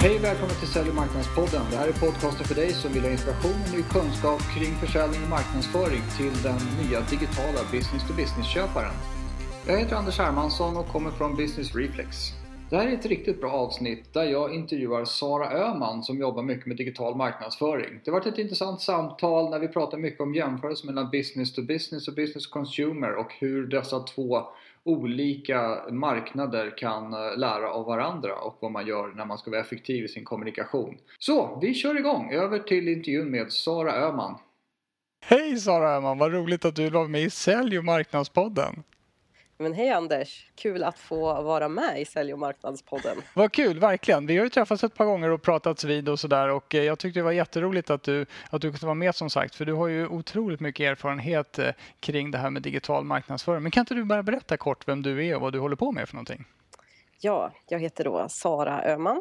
Hej, välkommen till Sälj- och marknadspodden. Det här är podcasten för dig som vill ha inspiration och ny kunskap kring försäljning och marknadsföring till den nya digitala business-to-business-köparen. Jag heter Anders Hermansson och kommer från Business Reflex. Det här är ett riktigt bra avsnitt där jag intervjuar Sara Öhman som jobbar mycket med digital marknadsföring. Det har varit ett intressant samtal när vi pratar mycket om jämförelse mellan business to business och business to consumer och hur dessa två olika marknader kan lära av varandra och vad man gör när man ska vara effektiv i sin kommunikation. Så, vi kör igång. Över till intervjun med Sara Öhman. Hej Sara Öhman, vad roligt att du var med i Sälj- och marknadspodden. Men hej Anders, kul att få vara med i Sälj- och marknadspodden. Vad kul, verkligen. Vi har ju träffats ett par gånger och pratats vid och sådär och jag tyckte det var jätteroligt att du kunde vara med som sagt, för du har ju otroligt mycket erfarenhet kring det här med digital marknadsföring. Men kan inte du bara berätta kort vem du är och vad du håller på med för någonting? Ja, jag heter då Sara Öhman.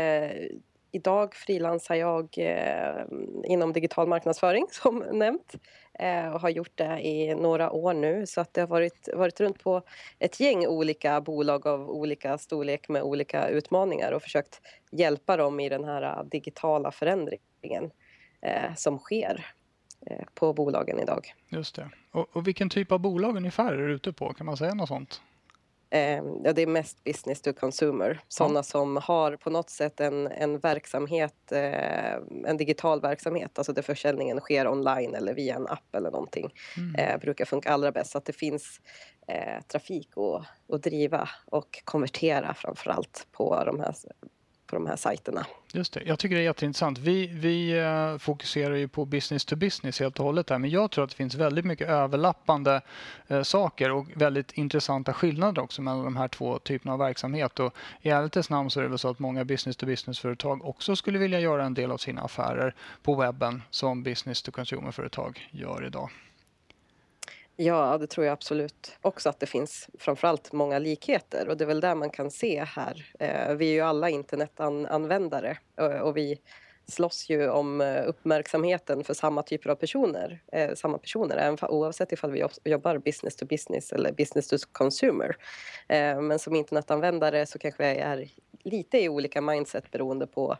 Idag frilansar jag inom digital marknadsföring som nämnt och har gjort det i några år nu, så att det har varit runt på ett gäng olika bolag av olika storlek med olika utmaningar och försökt hjälpa dem i den här digitala förändringen som sker på bolagen idag. Just det. Och vilken typ av bolag ungefär är du ute på? Kan man säga något sånt? Ja, det är mest business to consumer. Sådana som har på något sätt en verksamhet, en digital verksamhet. Alltså där försäljningen sker online eller via en app eller någonting. Brukar funka allra bäst. Så att det finns trafik att driva och konvertera framförallt på de här sajterna. Just det, jag tycker det är jätteintressant. Vi fokuserar ju på business to business helt och hållet här, men jag tror att det finns väldigt mycket överlappande saker och väldigt intressanta skillnader också mellan de här två typerna av verksamhet. Och i ärlighetens namn så är det väl så att många business to business-företag också skulle vilja göra en del av sina affärer på webben som business to consumer-företag gör idag. Ja, det tror jag absolut också att det finns framförallt många likheter, och det är väl där man kan se här. Vi är ju alla internetanvändare och vi slåss ju om uppmärksamheten för samma typer av personer. Även oavsett ifall vi jobbar business to business eller business to consumer. Men som internetanvändare så kanske vi är lite i olika mindset beroende på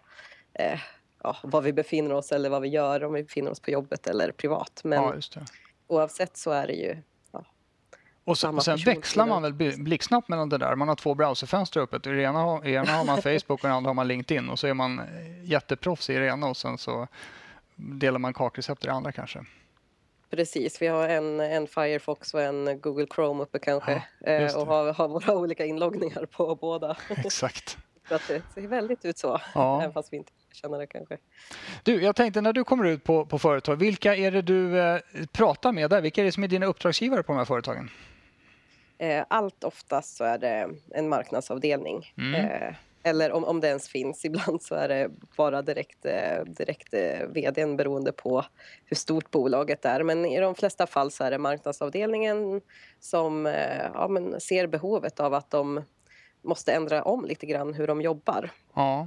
var vi befinner oss eller vad vi gör, om vi befinner oss på jobbet eller privat. Men ja, just det. Oavsett så är det ju och sen växlar man väl blixtsnabbt mellan det där. Man har två browserfönster uppe. I ena har man Facebook och i den andra har man LinkedIn. Och så är man jätteproffs i det ena och sen så delar man kakrecept i det andra kanske. Precis, vi har en Firefox och en Google Chrome uppe kanske. Och har våra olika inloggningar på båda. Exakt. Så att det ser väldigt ut så, även fast vi inte känner det kanske. Du, jag tänkte när du kommer ut på företag, vilka är det du pratar med där? Vilka är det som är dina uppdragsgivare på de här företagen? Allt oftast så är det en marknadsavdelning. Eller om det ens finns. Ibland så är det bara direkt vdn beroende på hur stort bolaget är. Men i de flesta fall så är det marknadsavdelningen som ser behovet av att de måste ändra om lite grann hur de jobbar. Ja.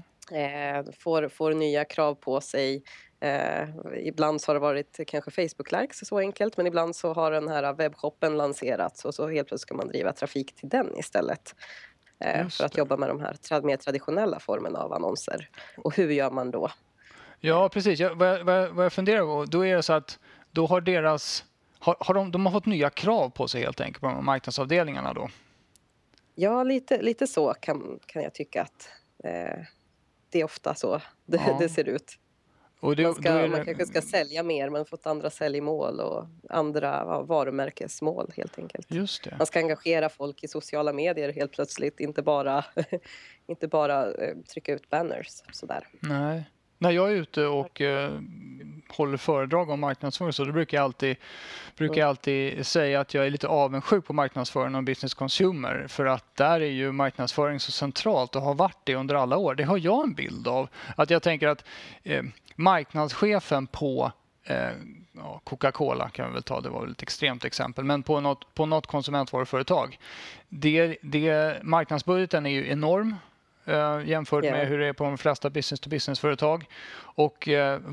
Får nya krav på sig. Ibland så har det varit kanske Facebook-likes, så enkelt. Men ibland så har den här webbshoppen lanserats och så helt plötsligt ska man driva trafik till den istället. För att jobba med de här mer traditionella formerna av annonser. Och hur gör man då? Ja, precis. Vad jag funderar på, då är det så att då har de har fått nya krav på sig helt enkelt på de marknadsavdelningarna då? Ja, lite så kan jag tycka att det är ofta så det ser ut. Och man kanske ska sälja mer, men fått andra säljmål och andra varumärkesmål helt enkelt. Just det. Man ska engagera folk i sociala medier helt plötsligt, inte bara trycka ut banners sådär. Nej. När jag är ute och håller föredrag om marknadsföring så då brukar jag alltid säga att jag är lite avundsjuk på marknadsföring och business consumer, för att där är ju marknadsföring så centralt och har varit det under alla år. Det har jag en bild av. Att jag tänker att marknadschefen på Coca-Cola kan vi väl ta, det var väl ett extremt exempel, men på något konsumentvaruföretag. Marknadsbudgeten är ju enorm. Jämfört med hur det är på de flesta business-to-business-företag. Och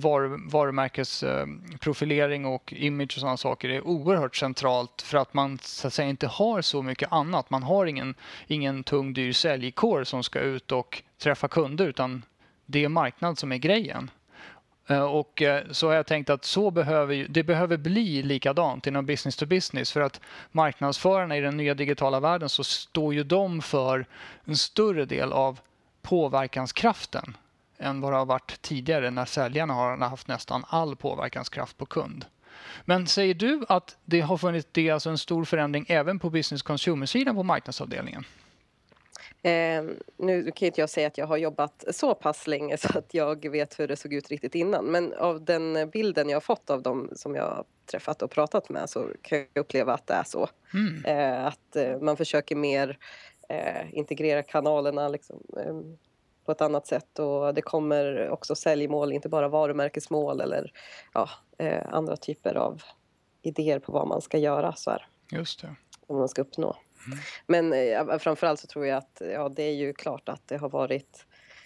varumärkesprofilering och image och sådana saker är oerhört centralt för att man så att säga inte har så mycket annat. Man har ingen tung dyr säljkår som ska ut och träffa kunder, utan det är marknad som är grejen. Och så har jag tänkt att det behöver bli likadant inom business to business, för att marknadsförarna i den nya digitala världen, så står ju de för en större del av påverkanskraften än vad det har varit tidigare när säljarna har haft nästan all påverkanskraft på kund. Men säger du att det har funnits alltså en stor förändring även på business consumer-sidan på marknadsavdelningen? Nu kan inte jag säga att jag har jobbat så pass länge så att jag vet hur det såg ut riktigt innan. Men av den bilden jag har fått av dem som jag har träffat och pratat med, så kan jag uppleva att det är så. Att man försöker mer integrera kanalerna liksom, på ett annat sätt. Och det kommer också säljmål, inte bara varumärkesmål eller andra typer av idéer på vad man ska göra. Så här, just det. Vad man ska uppnå. Men framförallt så tror jag att det är ju klart att det har varit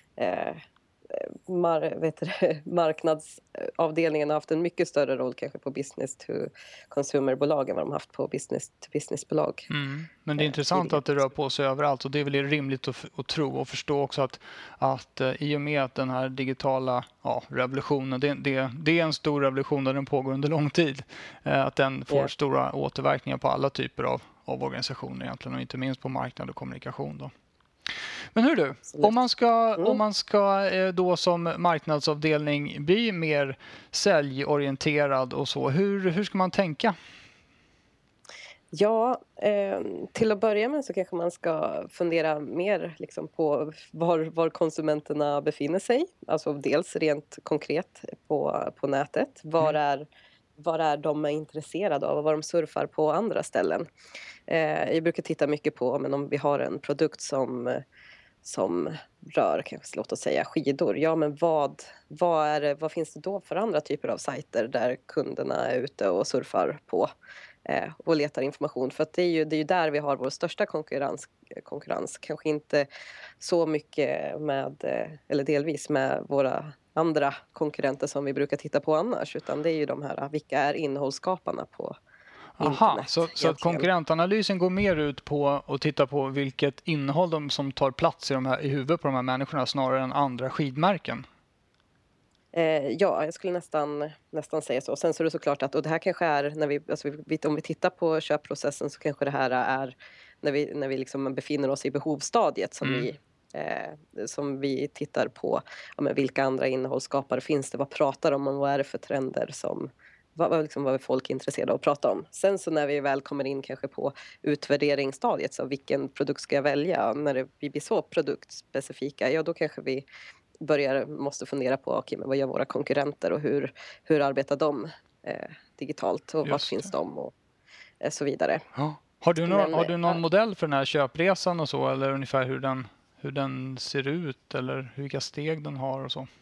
marknadsavdelningen har haft en mycket större roll kanske på business to consumer-bolag än vad de haft på business to business-bolag. Men det är intressant att det rör på sig överallt, och det är väl rimligt att tro och förstå också att i och med att den här digitala revolutionen, det är en stor revolution och den pågår under lång tid, att den får stora återverkningar på alla typer av organisationer egentligen, och inte minst på marknad och kommunikation då. Men hur du, om man ska då som marknadsavdelning bli mer säljorienterad och så, hur ska man tänka? Ja, till att börja med så kanske man ska fundera mer liksom på var konsumenterna befinner sig. Alltså dels rent konkret på nätet. Vad är de intresserade av och vad de surfar på andra vad jag brukar titta mycket på, men om vi har en produkt som rör, kanske låt oss säga skidor. Ja, men vad finns det då för andra typer av sajter där kunderna är ute och surfar på och letar information? För att det är ju där vi har vår största konkurrens. Kanske inte så mycket eller delvis med våra andra konkurrenter som vi brukar titta på annars, utan det är ju de här, vilka är innehållsskaparna på internet. Så att konkurrentanalysen går mer ut på att titta på vilket innehåll som tar plats i huvudet på de här människorna snarare än andra skidmärken? Ja, jag skulle nästan säga så. Sen så är det såklart att, och det här kanske är om vi tittar på köpprocessen, så kanske det här är när vi liksom befinner oss i behovsstadiet som vi tittar på, men vilka andra innehållsskapare finns det, vad pratar de om, vad är det för trender vad är folk intresserade av att prata om. Sen så när vi väl kommer in kanske på utvärderingsstadiet, så vilken produkt ska jag välja, när vi blir så produktspecifika, då kanske vi måste fundera på men vad gör våra konkurrenter och hur arbetar de digitalt och vart finns de och så vidare. Ja. Har du någon modell för den här köpresan och så, eller ungefär hur den ser ut eller vilka steg den har och så?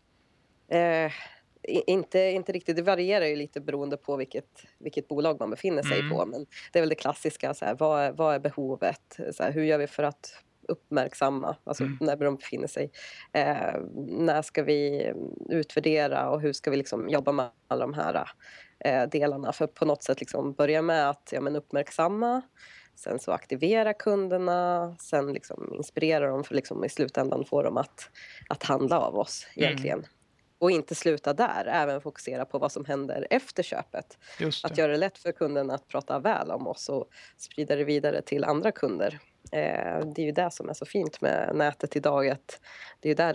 Inte riktigt. Det varierar ju lite beroende på vilket bolag man befinner sig på. Men det är väl det klassiska. Så här, vad är behovet? Så här, hur gör vi för att uppmärksamma? Alltså när de befinner sig. När ska vi utvärdera och hur ska vi liksom jobba med alla de här delarna? För på något sätt liksom börja med att uppmärksamma. Sen så aktivera kunderna. Sen liksom inspirera dem för liksom i slutändan få dem att handla av oss egentligen. Och inte sluta där, även fokusera på vad som händer efter köpet. Att göra det lätt för kunden att prata väl om oss och sprida det vidare till andra kunder. Det är ju det som är så fint med nätet idag. Att det är ju där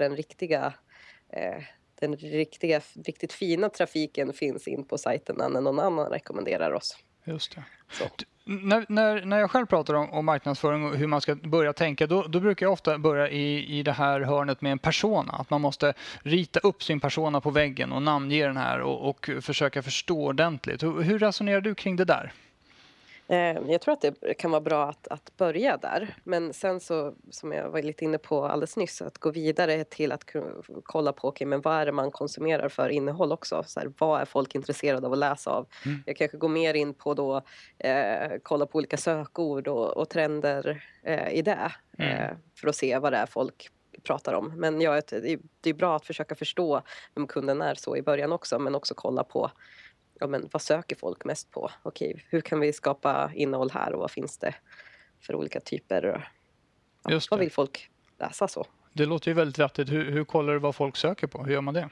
den riktigt fina trafiken finns in på sajterna när någon annan rekommenderar oss. Just det. När jag själv pratar om marknadsföring och hur man ska börja tänka, då brukar jag ofta börja i det här hörnet med en persona. Att man måste rita upp sin persona på väggen och namnge den här och försöka förstå ordentligt. Hur resonerar du kring det där? Jag tror att det kan vara bra att börja där. Men sen så, som jag var lite inne på alldeles nyss, att gå vidare till att kolla på men vad är det man konsumerar för innehåll också. Så här, vad är folk intresserade av att läsa av? Jag kanske går mer in på då kolla på olika sökord och trender i det. För att se vad det är folk pratar om. Men det är bra att försöka förstå vem kunden är så i början också. Men också kolla på vad söker folk mest på? Okej, hur kan vi skapa innehåll här och vad finns det för olika typer? Vad vill folk läsa så? Det låter ju väldigt vettigt. Hur kollar du vad folk söker på? Hur gör man det?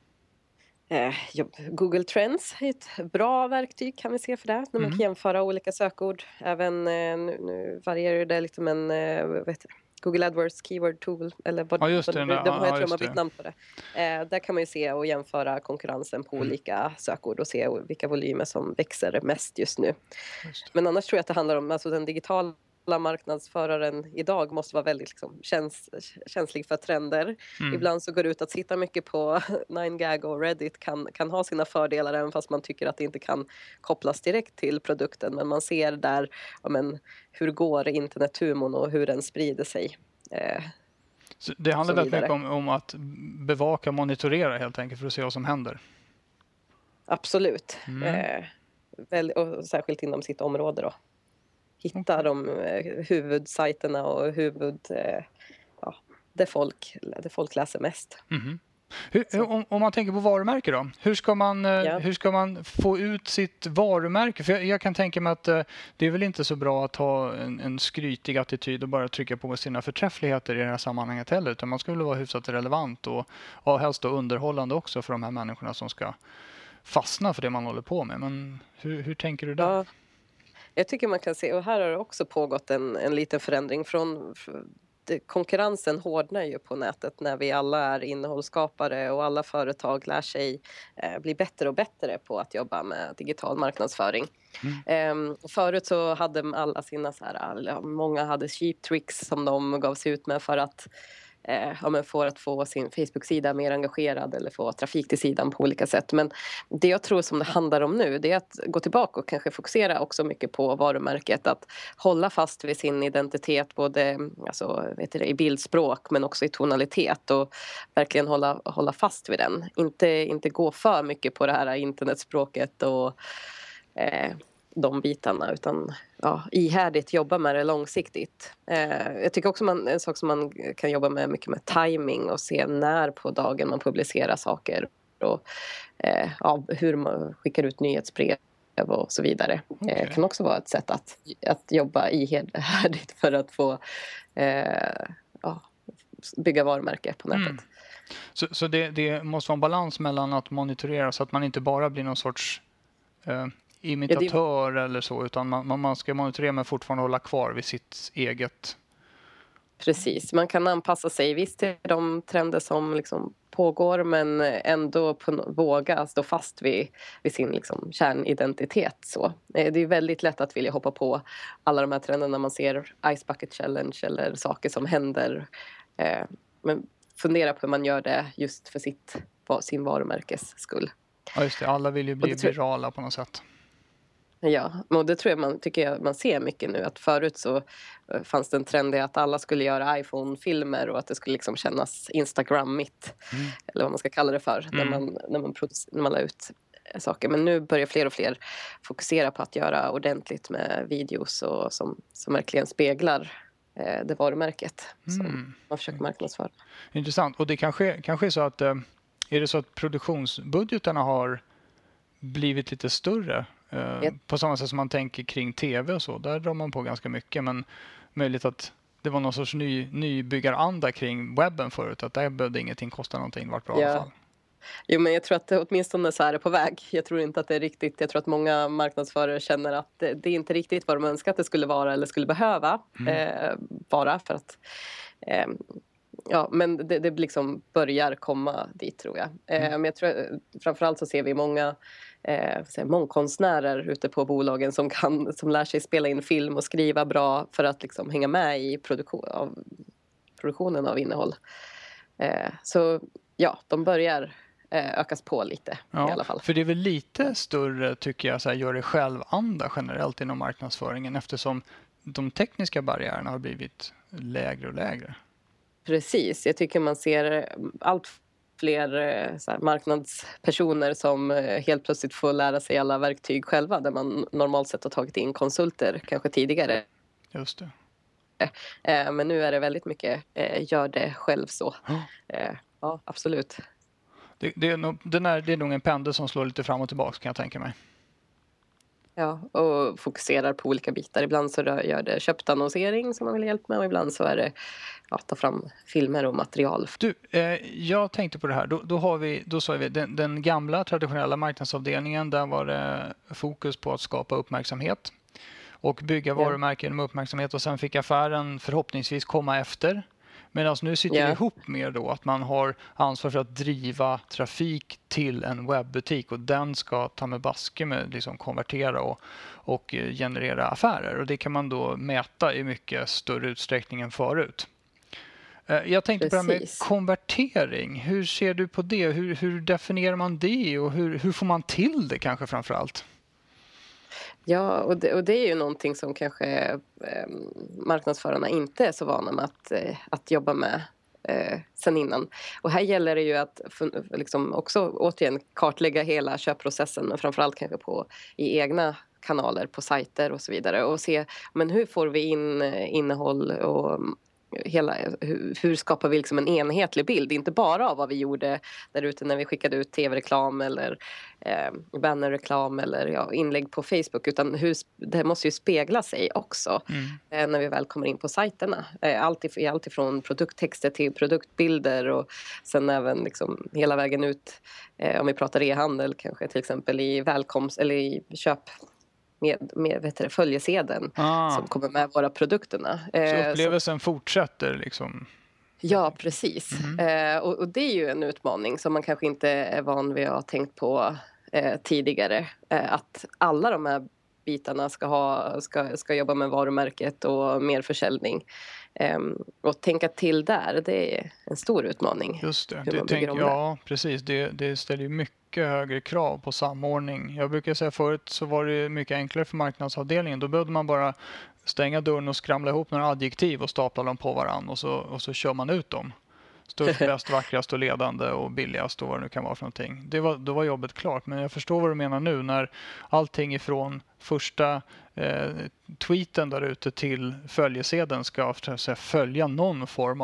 Google Trends är ett bra verktyg kan vi se för det. När man kan jämföra olika sökord. Även nu varierar det lite, men Google AdWords Keyword Tool eller vad just det, jag tror de har bytt namn på det. Där kan man ju se och jämföra konkurrensen på olika sökord och se vilka volymer som växer mest just nu. Men annars tror jag att det handlar om alltså den digitala marknadsföraren idag måste vara väldigt liksom, känslig för trender. Ibland så går det ut att sitta mycket på 9gag och Reddit kan ha sina fördelar även fast man tycker att det inte kan kopplas direkt till produkten. Men man ser där hur går internethumorn och hur den sprider sig. Så det handlar väldigt mycket om att bevaka och monitorera helt enkelt för att se vad som händer. Absolut. Och särskilt inom sitt område då. Hitta de huvudsajterna och det folk läser mest. Om man tänker på varumärke då, hur ska man få ut sitt varumärke? För jag kan tänka mig att det är väl inte så bra att ha en skrytig attityd och bara trycka på sina förträffligheter i det här sammanhanget heller, utan man skulle vara hyfsat relevant och helst underhållande också för de här människorna som ska fastna för det man håller på med. Men hur tänker du där? Ja. Jag tycker man kan se, och här har det också pågått en liten förändring konkurrensen hårdnar ju på nätet när vi alla är innehållsskapare och alla företag lär sig bli bättre och bättre på att jobba med digital marknadsföring. Förut så hade alla sina många hade cheap tricks som de gav sig ut med för att för att få sin Facebook-sida mer engagerad eller få trafik till sidan på olika sätt. Men det jag tror som det handlar om nu, det är att gå tillbaka och kanske fokusera också mycket på varumärket. Att hålla fast vid sin identitet både i bildspråk men också i tonalitet och verkligen hålla fast vid den. Inte gå för mycket på det här internetspråket och de bitarna utan ihärdigt jobba med det långsiktigt. Jag tycker också en sak som man kan jobba med mycket med timing och se när på dagen man publicerar saker och hur man skickar ut nyhetsbrev och så vidare. Det kan också vara ett sätt att jobba ihärdigt för att få bygga varumärke på nätet. Så det måste vara en balans mellan att monitorera så att man inte bara blir någon sorts imitatör eller så, utan man ska monitorera men fortfarande hålla kvar vid sitt eget. Precis, man kan anpassa sig visst till de trender som liksom pågår men ändå våga stå fast vid sin liksom kärnidentitet. Så. Det är väldigt lätt att vilja hoppa på alla de här trenderna när man ser Ice Bucket Challenge eller saker som händer. Men fundera på hur man gör det just för sin varumärkes skull. Ja just det, alla vill ju bli virala på något sätt. Ja, och det tycker jag man ser mycket nu. Att förut så fanns det en trend i att alla skulle göra iPhone-filmer och att det skulle liksom kännas Instagram-mitt. Eller vad man ska kalla det för. När man la ut saker. Men nu börjar fler och fler fokusera på att göra ordentligt med videos och som verkligen speglar det varumärket som man försöker marknadsföra. Intressant. Och det kanske är så att är det så att produktionsbudgetarna har blivit lite större? På samma sätt som man tänker kring tv och så. Där drar man på ganska mycket. Men möjligt att det var någon sorts nybyggaranda kring webben förut. Att där behövde ingenting kosta någonting. Vart bra i alla fall. Jo, men jag tror att åtminstone så är det på väg. Jag tror inte att det är riktigt. Jag tror att många marknadsförare känner att det är inte riktigt vad de önskar att det skulle vara eller skulle behöva vara. För att men det liksom börjar komma dit tror jag. Men jag tror framförallt så ser vi många mångkonstnärer ute på bolagen som lär sig spela in film och skriva bra för att liksom hänga med i produktionen av innehåll. Så de börjar ökas på lite i alla fall. För det är väl lite större tycker jag gör det själv-anda generellt inom marknadsföringen eftersom de tekniska barriärerna har blivit lägre och lägre. Precis, jag tycker man ser allt fler marknadspersoner som helt plötsligt får lära sig alla verktyg själva där man normalt sett har tagit in konsulter kanske tidigare. Just det. Men nu är det väldigt mycket gör det själv så. Ja, absolut. Det är nog en pendel som slår lite fram och tillbaka kan jag tänka mig. Ja, och fokuserar på olika bitar. Ibland så gör det köpt annonsering som man vill ha hjälp med och ibland så är det ta fram filmer och material. Du, jag tänkte på det här. Då sa vi den gamla traditionella marknadsavdelningen, där var det fokus på att skapa uppmärksamhet och bygga varumärken med uppmärksamhet, och sen fick affären förhoppningsvis komma efter. Medan nu sitter det ihop med då att man har ansvar för att driva trafik till en webbutik, och den ska ta med baske med liksom konvertera och generera affärer, och det kan man då mäta i mycket större utsträckning än förut. Jag tänkte på det här med konvertering. Hur ser du på det? Hur definierar man det och hur får man till det kanske framför allt? Ja, och det är ju någonting som kanske marknadsförarna inte är så vana med att jobba med sen innan. Och här gäller det ju att liksom också återigen kartlägga hela köpprocessen, och framförallt kanske i egna kanaler på sajter och så vidare, och se men hur får vi in innehåll och hur skapar vi liksom en enhetlig bild, inte bara av vad vi gjorde där ute när vi skickade ut tv-reklam eller bannerreklam eller inlägg på Facebook, utan det måste ju spegla sig också när vi väl kommer in på sajterna. Allt ifrån produkttexter till produktbilder, och sen även liksom hela vägen ut om vi pratar e-handel kanske till exempel i välkomst eller i köp med följesedeln som kommer med våra produkterna. Så upplevelsen fortsätter liksom? Ja, precis. Och det är ju en utmaning som man kanske inte är van vid att ha tänkt på tidigare. Att alla de här bitarna ska jobba med varumärket och mer försäljning. Och tänka till där, det är en stor utmaning. Just det, precis. Det ställer ju mycket högre krav på samordning. Jag brukar säga förut så var det mycket enklare för marknadsavdelningen. Då behövde man bara stänga dörren och skramla ihop några adjektiv och stapla dem på varann, och så kör man ut dem. Störst, bäst, vackrast och ledande och billigast och vad det nu kan vara för någonting. Då var jobbet klart. Men jag förstår vad du menar nu, när allting ifrån första tweeten där ute till följesedeln ska följa någon form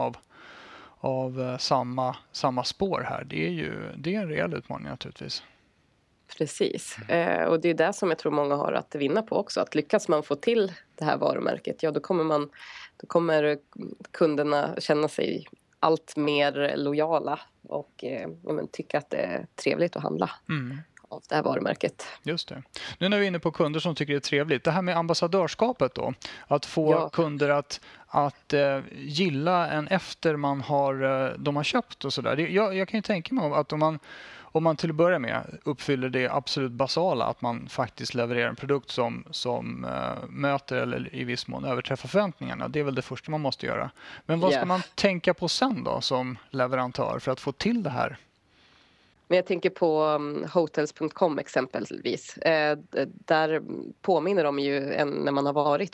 av samma spår här. Det är en rejäl utmaning naturligtvis. Precis. Och det är det som jag tror många har att vinna på också. Att lyckas man få till det här varumärket, då kommer kunderna känna sig allt mer lojala och tycka att det är trevligt att handla av det här varumärket. Just det. Nu när vi är inne på kunder som tycker det är trevligt, det här med ambassadörskapet då, att få kunder att gilla en efter de har köpt och sådär. Jag kan ju tänka mig att om man till att börja med uppfyller det absolut basala, att man faktiskt levererar en produkt som möter eller i viss mån överträffar förväntningarna. Det är väl det första man måste göra. Men vad ska man tänka på sen då som leverantör för att få till det här? Men jag tänker på hotels.com exempelvis. Där påminner de ju när man har varit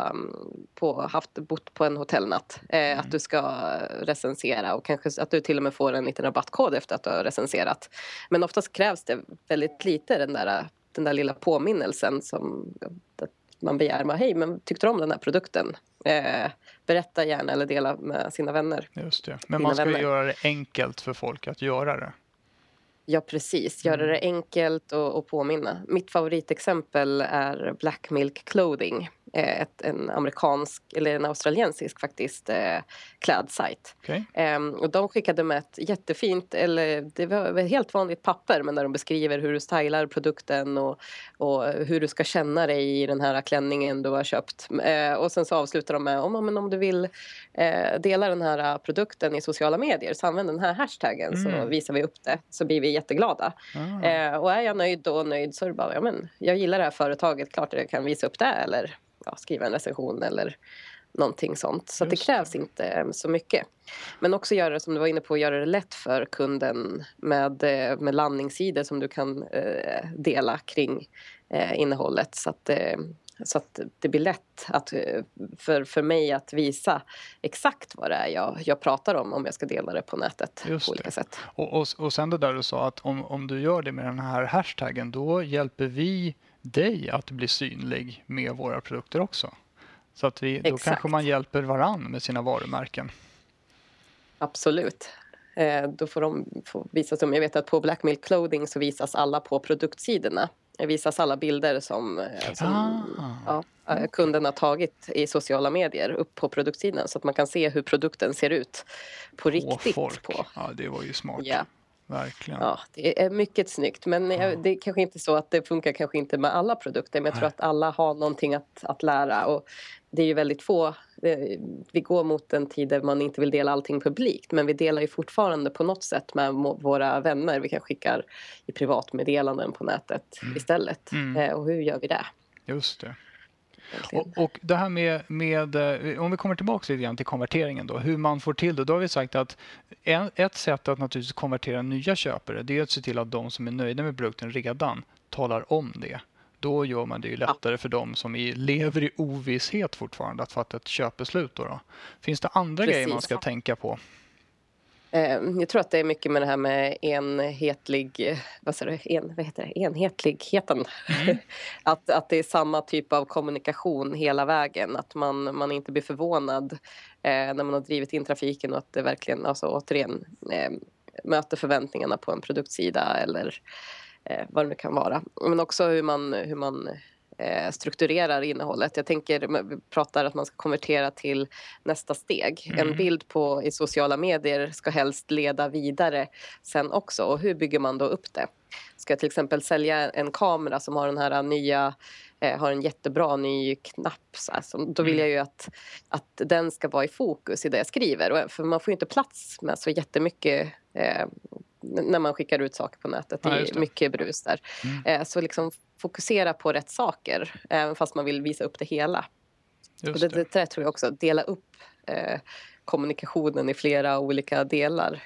bott på en hotellnatt. Att du ska recensera, och kanske att du till och med får en liten rabattkod efter att du har recenserat. Men oftast krävs det väldigt lite den där lilla påminnelsen som man begär. Hej, men tyckte du om den här produkten? Berätta gärna eller dela med sina vänner. Just det. Men man ska göra det enkelt för folk att göra det. Ja, precis. Göra det enkelt och påminna. Mitt favoritexempel är Black Milk Clothing. En amerikansk, eller en australiensisk faktiskt, klädsajt. Okay. Och de skickade med ett jättefint, det var ett helt vanligt papper, men där de beskriver hur du stylar produkten och hur du ska känna dig i den här klänningen du har köpt. Och sen så avslutar de med om du vill dela den här produkten i sociala medier, så använd den här hashtaggen så visar vi upp det, så blir vi jätteglada. Och är jag nöjd så är det bara, jag gillar det här företaget, klart att jag kan visa upp det, eller skriva en recension eller någonting sånt. Så det krävs inte så mycket. Men också göra det, som du var inne på, göra det lätt för kunden med landningssidor som du kan dela kring innehållet. Så att det blir lätt för mig att visa exakt vad det är jag pratar om jag ska dela det på nätet på olika sätt. Och sen det där du sa att om du gör det med den här hashtaggen, då hjälper vi dig att bli synlig med våra produkter också. Så att då kanske man hjälper varann med sina varumärken. Absolut. Då får de visa sig. Jag vet att på Black Milk Clothing så visas alla på produktsidorna. visas alla bilder som kunden har tagit i sociala medier upp på produktsidan, så att man kan se hur produkten ser ut på riktigt. Ja, det var ju smart. Ja. Verkligen. Ja, det är mycket snyggt, men det är kanske inte så att det funkar kanske inte med alla produkter, men jag tror att alla har någonting att lära, och det är ju väldigt få. Vi går mot en tid där man inte vill dela allting publikt, men vi delar ju fortfarande på något sätt med våra vänner. Vi kan skicka i privatmeddelanden på nätet istället. Och hur gör vi det? Just det. Och det här med om vi kommer tillbaka lite grann till konverteringen då, hur man får till det, då har vi sagt att ett sätt att naturligtvis konvertera nya köpare, det är att se till att de som är nöjda med produkten redan talar om det. Då gör man det ju lättare för dem som lever i ovisshet fortfarande att fatta ett köpbeslut då. Enhetliga andra grejer man ska tänka på? Jag tror att det är mycket med det här med enhetligheten. Att det är samma typ av kommunikation hela vägen. Att man inte blir förvånad när man har drivit in trafiken, och att det verkligen återigen möter förväntningarna på en produktsida eller vad det nu kan vara. Men också hur man strukturerar innehållet. Jag tänker, vi pratar att man ska konvertera till nästa steg. En bild i sociala medier ska helst leda vidare sen också. Och hur bygger man då upp det? Ska jag till exempel sälja en kamera som har den här nya, har en jättebra ny knapp, då vill jag ju att den ska vara i fokus i det jag skriver. För man får ju inte plats med så jättemycket när man skickar ut saker på nätet. Det är mycket brus där. Så liksom fokusera på rätt saker, även fast man vill visa upp det hela. Och det tror jag också, dela upp kommunikationen i flera olika delar.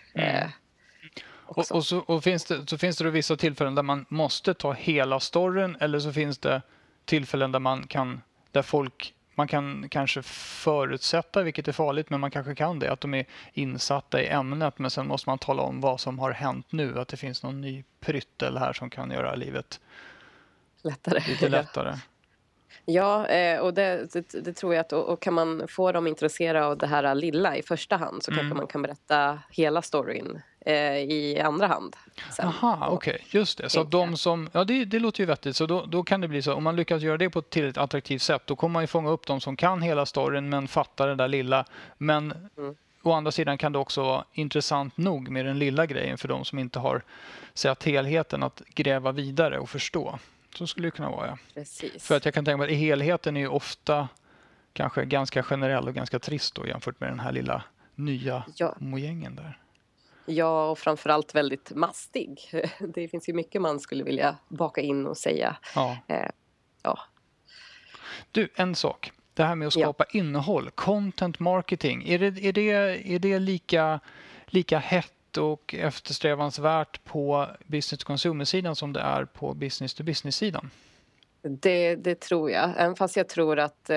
Och finns det då vissa tillfällen där man måste ta hela storyn, eller så finns det tillfällen där man kan kanske förutsätta, vilket är farligt, men man kanske kan det, att de är insatta i ämnet, men sen måste man tala om vad som har hänt nu, att det finns någon ny pryttel här som kan göra livet lite lättare. Ja, och det tror jag att, och kan man få dem intresserade av det här lilla i första hand, så kanske man kan berätta hela storyn i andra hand. Aha, okej, just det. Så de som, det låter ju vettigt. Så då kan det bli så, om man lyckas göra det på ett tillräckligt attraktivt sätt, då kommer man ju fånga upp de som kan hela storyn men fattar det där lilla. Men å andra sidan kan det också vara intressant nog med den lilla grejen för de som inte har sett helheten, att gräva vidare och förstå. Så skulle det kunna vara, ja. Precis. För att jag kan tänka mig att helheten är ju ofta kanske ganska generell och ganska trist då, jämfört med den här lilla nya homogängen där. Ja, och framförallt väldigt mastig. Det finns ju mycket man skulle vilja baka in och säga. Ja. Du, en sak. Det här med att skapa innehåll, content marketing. Är det lika hett och eftersträvansvärt på business to consumer-sidan som det är på business to business-sidan? Det tror jag. Även fast jag tror att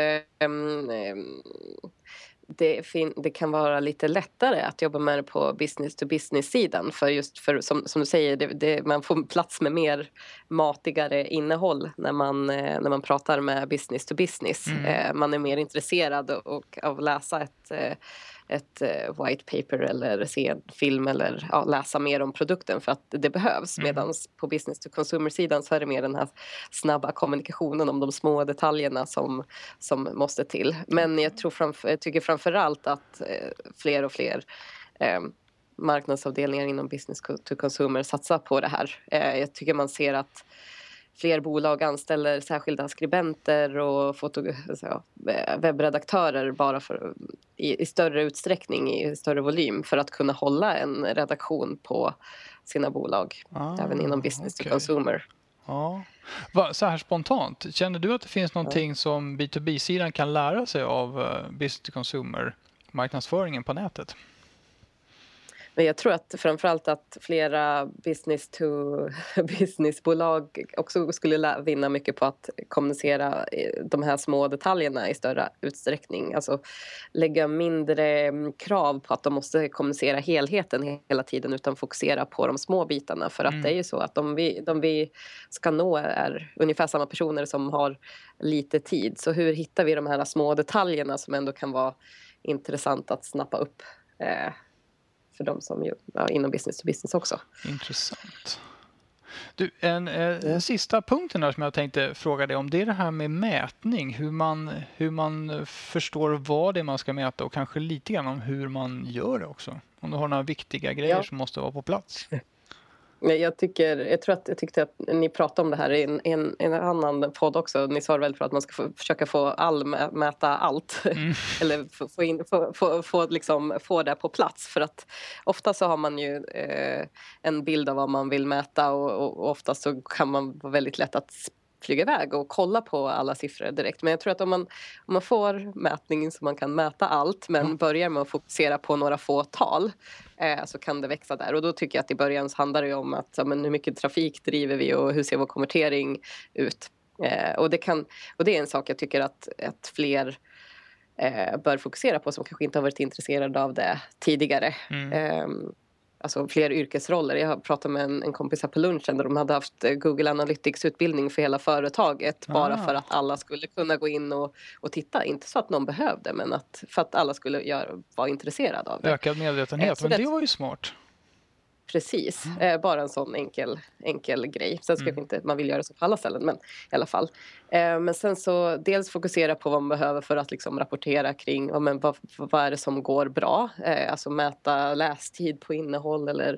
det kan vara lite lättare att jobba med det på business to business-sidan. För som du säger, man får plats med mer matigare innehåll när man pratar med business to business. Man är mer intresserad av att läsa ett white paper eller se en film eller läsa mer om produkten för att det behövs. Medan på business to consumer-sidan så är det mer den här snabba kommunikationen om de små detaljerna som måste till. Men jag tycker framförallt att fler och fler marknadsavdelningar inom business to consumer satsar på det här. Jag tycker man ser att fler bolag anställer särskilda skribenter och webbredaktörer bara i större utsträckning, i större volym, för att kunna hålla en redaktion på sina bolag, även inom business to consumer. Ja. Så här spontant, känner du att det finns någonting som B2B-sidan kan lära sig av business to consumer marknadsföringen på nätet? Men jag tror att framförallt att flera business to business-bolag också skulle vinna mycket på att kommunicera de här små detaljerna i större utsträckning. Alltså lägga mindre krav på att de måste kommunicera helheten hela tiden, utan fokusera på de små bitarna. För att det är ju så att de vi ska nå är ungefär samma personer som har lite tid. Så hur hittar vi de här små detaljerna som ändå kan vara intressant att snappa upp för de som inom business to business också. Intressant. Du, en sista punkten där som jag tänkte fråga dig om, det är det här med mätning. Hur man förstår vad det är man ska mäta och kanske lite grann om hur man gör det också. Om du har några viktiga grejer som måste vara på plats. Jag tyckte att ni pratade om det här i en annan podd också. Ni sa väl för att man ska försöka få mäta allt. Eller få det på plats. För att ofta så har man ju en bild av vad man vill mäta. Och ofta så kan man vara väldigt lätt att flyga iväg och kolla på alla siffror direkt. Men jag tror att om man får mätningen så man kan mäta allt men börjar med att fokusera på några få tal så kan det växa där. Och då tycker jag att i början så handlar det om att hur mycket trafik driver vi och hur ser vår konvertering ut. Och det är en sak jag tycker att fler bör fokusera på som kanske inte har varit intresserade av det tidigare. Alltså fler yrkesroller. Jag har pratat med en kompis här på lunchen där de hade haft Google Analytics-utbildning för hela företaget. Bara för att alla skulle kunna gå in och titta. Inte så att någon behövde, men för att alla skulle vara intresserade av det. Ökad medvetenhet, men det var ju smart. Precis, bara en sån enkel grej. Sen ska inte man vill göra det så på alla ställen, men i alla fall. Men sen så dels fokusera på vad man behöver för att liksom rapportera kring vad är det som går bra. Alltså mäta lästid på innehåll eller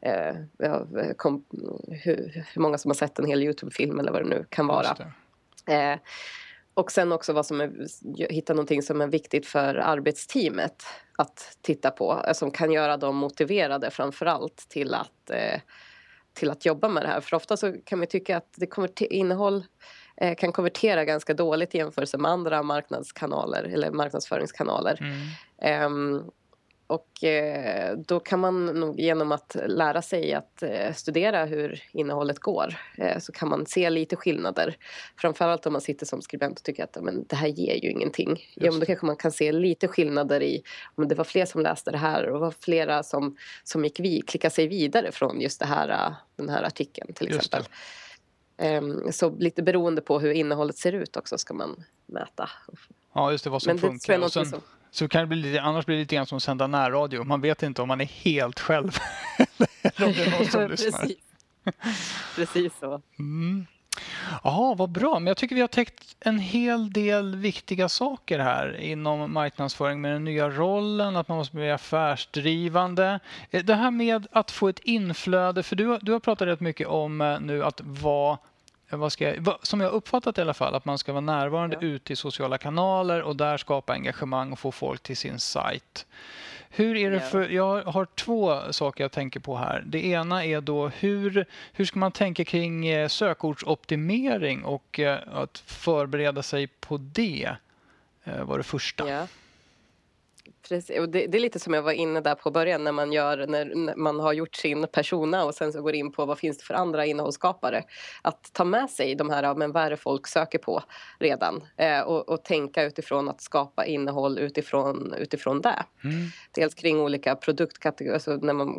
hur många som har sett en hel YouTube-film eller vad det nu kan vara. Och sen också hitta någonting som är viktigt för arbetsteamet att titta på. Som kan göra dem motiverade framförallt till att jobba med det här. För ofta så kan man tycka att innehåll kan konvertera ganska dåligt i jämförelse med andra marknadskanaler eller marknadsföringskanaler. Och då kan man nog genom att lära sig att studera hur innehållet går så kan man se lite skillnader. Framförallt om man sitter som skribent och tycker att det här ger ju ingenting. Ja, men då kanske man kan se lite skillnader i om det var fler som läste det här och var flera som klickade sig vidare från just den här artikeln till exempel. Så lite beroende på hur innehållet ser ut också ska man mäta. Ja, just det, vad som funkar. Och sen, så kan det bli annars blir det lite grann som att sända närradio. Man vet inte om man är helt själv eller om det är någon som lyssnar. Precis så. Jaha, vad bra. Men jag tycker vi har täckt en hel del viktiga saker här inom marknadsföring med den nya rollen, att man måste bli affärsdrivande. Det här med att få ett inflöde, för du har pratat rätt mycket om nu att som jag uppfattat i alla fall, att man ska vara närvarande ute i sociala kanaler och där skapa engagemang och få folk till sin sajt. Hur är det jag har två saker jag tänker på här. Det ena är då hur ska man tänka kring sökordsoptimering och att förbereda sig på det var det första. Ja. Precis. Och det är lite som jag var inne där på början när man har gjort sin persona och sen så går in på vad finns det för andra innehållsskapare. Att ta med sig de här, men vad är det folk söker på redan och tänka utifrån att skapa innehåll utifrån det. Dels kring olika produktkategorier, alltså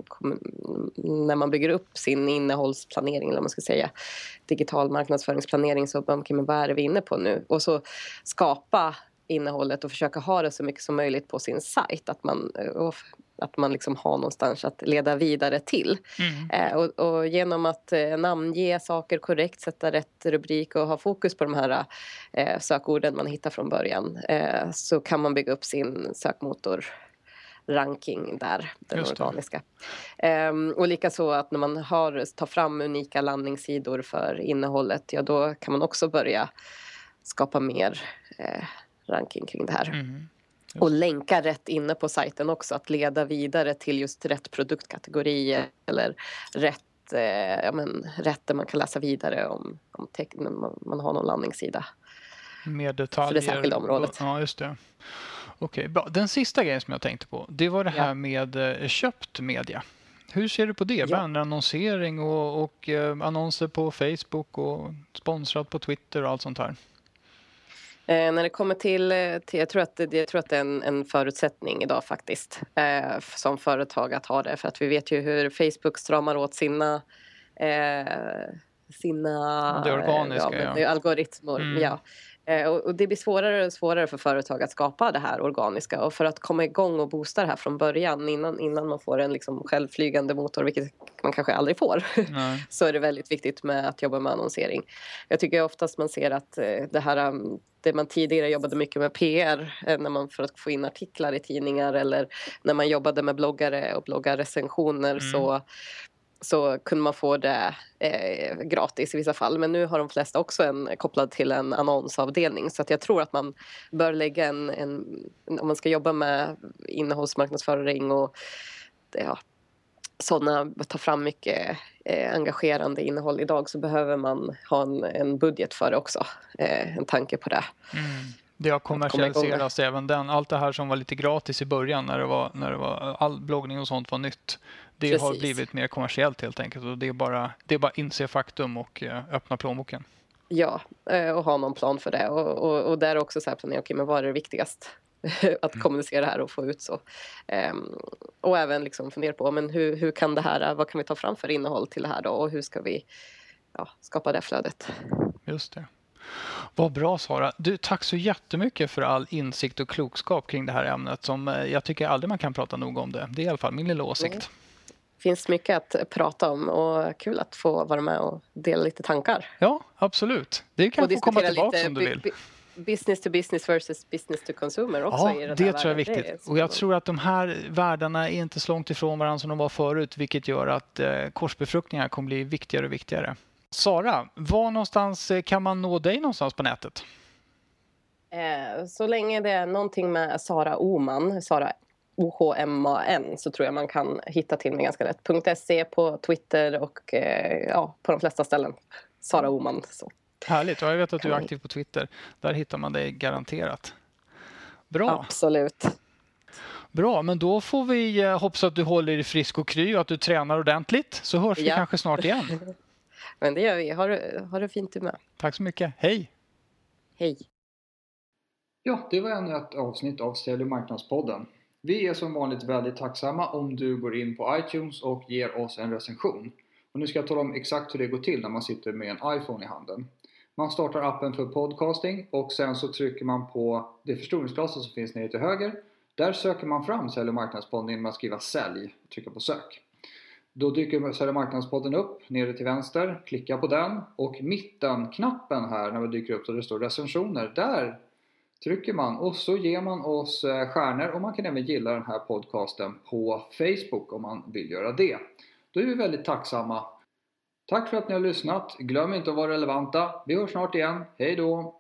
när man bygger upp sin innehållsplanering eller vad man ska säga, digital marknadsföringsplanering, så men vad är det vi är inne på nu? Och så skapa innehållet och försöka ha det så mycket som möjligt på sin sajt. Att man liksom har någonstans att leda vidare till. Och genom att namnge saker korrekt, sätta rätt rubrik och ha fokus på de här sökorden man hittar från början så kan man bygga upp sin sökmotorranking där, den organiska. Och likaså att när man tar fram unika landningssidor för innehållet, då kan man också börja skapa mer ranking kring det här. Och länka rätt inne på sajten också. Att leda vidare till just rätt produktkategori eller rätt där man kan läsa vidare om man har någon landningssida. Mer detaljer. För det särskilda området. Ja, just det. Okej, bra. Den sista grejen som jag tänkte på, det var det här med köpt media. Hur ser du på det? Annonsering och annonser på Facebook och sponsrat på Twitter och allt sånt här? När det kommer till jag tror att det är en förutsättning idag faktiskt som företag att ha det. För att vi vet ju hur Facebook stramar åt sina det organiska, algoritmer. Och det blir svårare och svårare för företag att skapa det här organiska. Och för att komma igång och boosta det här från början innan man får en liksom självflygande motor, vilket man kanske aldrig får, så är det väldigt viktigt med att jobba med annonsering. Jag tycker oftast man ser att det man tidigare jobbade mycket med PR för att få in artiklar i tidningar, eller när man jobbade med bloggare och bloggarrecensioner, så kunde man få det gratis i vissa fall. Men nu har de flesta också kopplad till en annonsavdelning. Så att jag tror att man bör lägga om man ska jobba med innehållsmarknadsföring och ta fram mycket engagerande innehåll idag, så behöver man ha en budget för det också. En tanke på det. Det har kommersialiserats även allt det här som var lite gratis i början när det var all bloggning och sånt var nytt. Det har blivit mer kommersiellt helt enkelt, och det är bara inse faktum och öppna plånboken. Ja, och ha någon plan för det. Och där också så här planera, men vad är det viktigast? Att kommunicera det här och få ut så. Och även liksom fundera på, men hur kan det här, vad kan vi ta fram för innehåll till det här då? Och hur ska vi skapa det flödet? Just det. Vad bra, Sara. Du, tack så jättemycket för all insikt och klokskap kring det här ämnet, som jag tycker aldrig man kan prata nog om det. Det är i alla fall min lilla åsikt. Det finns mycket att prata om, och kul att få vara med och dela lite tankar. Ja, absolut. Det kan få komma tillbaka om du vill. Business to business versus business to consumer också. Ja, det tror jag är viktigt. Och jag tror att de här värdena är inte så långt ifrån varandra som de var förut, vilket gör att korsbefruktningar kommer bli viktigare och viktigare. Sara, var någonstans kan man nå dig någonstans på nätet? Så länge det är någonting med Sara Ohman, Sara OHMAN, så tror jag man kan hitta till mig ganska lätt. .se på Twitter och på de flesta ställen. Sara Ohman. Så. Härligt, och jag vet att du är aktiv på Twitter. Där hittar man dig garanterat. Bra. Absolut. Bra, men då får vi hoppas att du håller dig frisk och kry och att du tränar ordentligt. Så hörs vi kanske snart igen. Men det gör vi. Har det fint du med. Tack så mycket. Hej! Hej! Ja, det var ännu ett avsnitt av Sälj- och marknadspodden. Vi är som vanligt väldigt tacksamma om du går in på iTunes och ger oss en recension. Och nu ska jag tala om exakt hur det går till när man sitter med en iPhone i handen. Man startar appen för podcasting och sen så trycker man på det förstoringsglaset som finns nere till höger. Där söker man fram Sälj- och marknadspodden genom att skriva sälj och trycka på sök. Då dyker Sälj- och marknadspodden upp nere till vänster, klicka på den, och mittenknappen här när vi dyker upp så det står recensioner, där trycker man och så ger man oss stjärnor, och man kan även gilla den här podcasten på Facebook om man vill göra det. Då är vi väldigt tacksamma. Tack för att ni har lyssnat. Glöm inte att vara relevanta. Vi hörs snart igen. Hej då!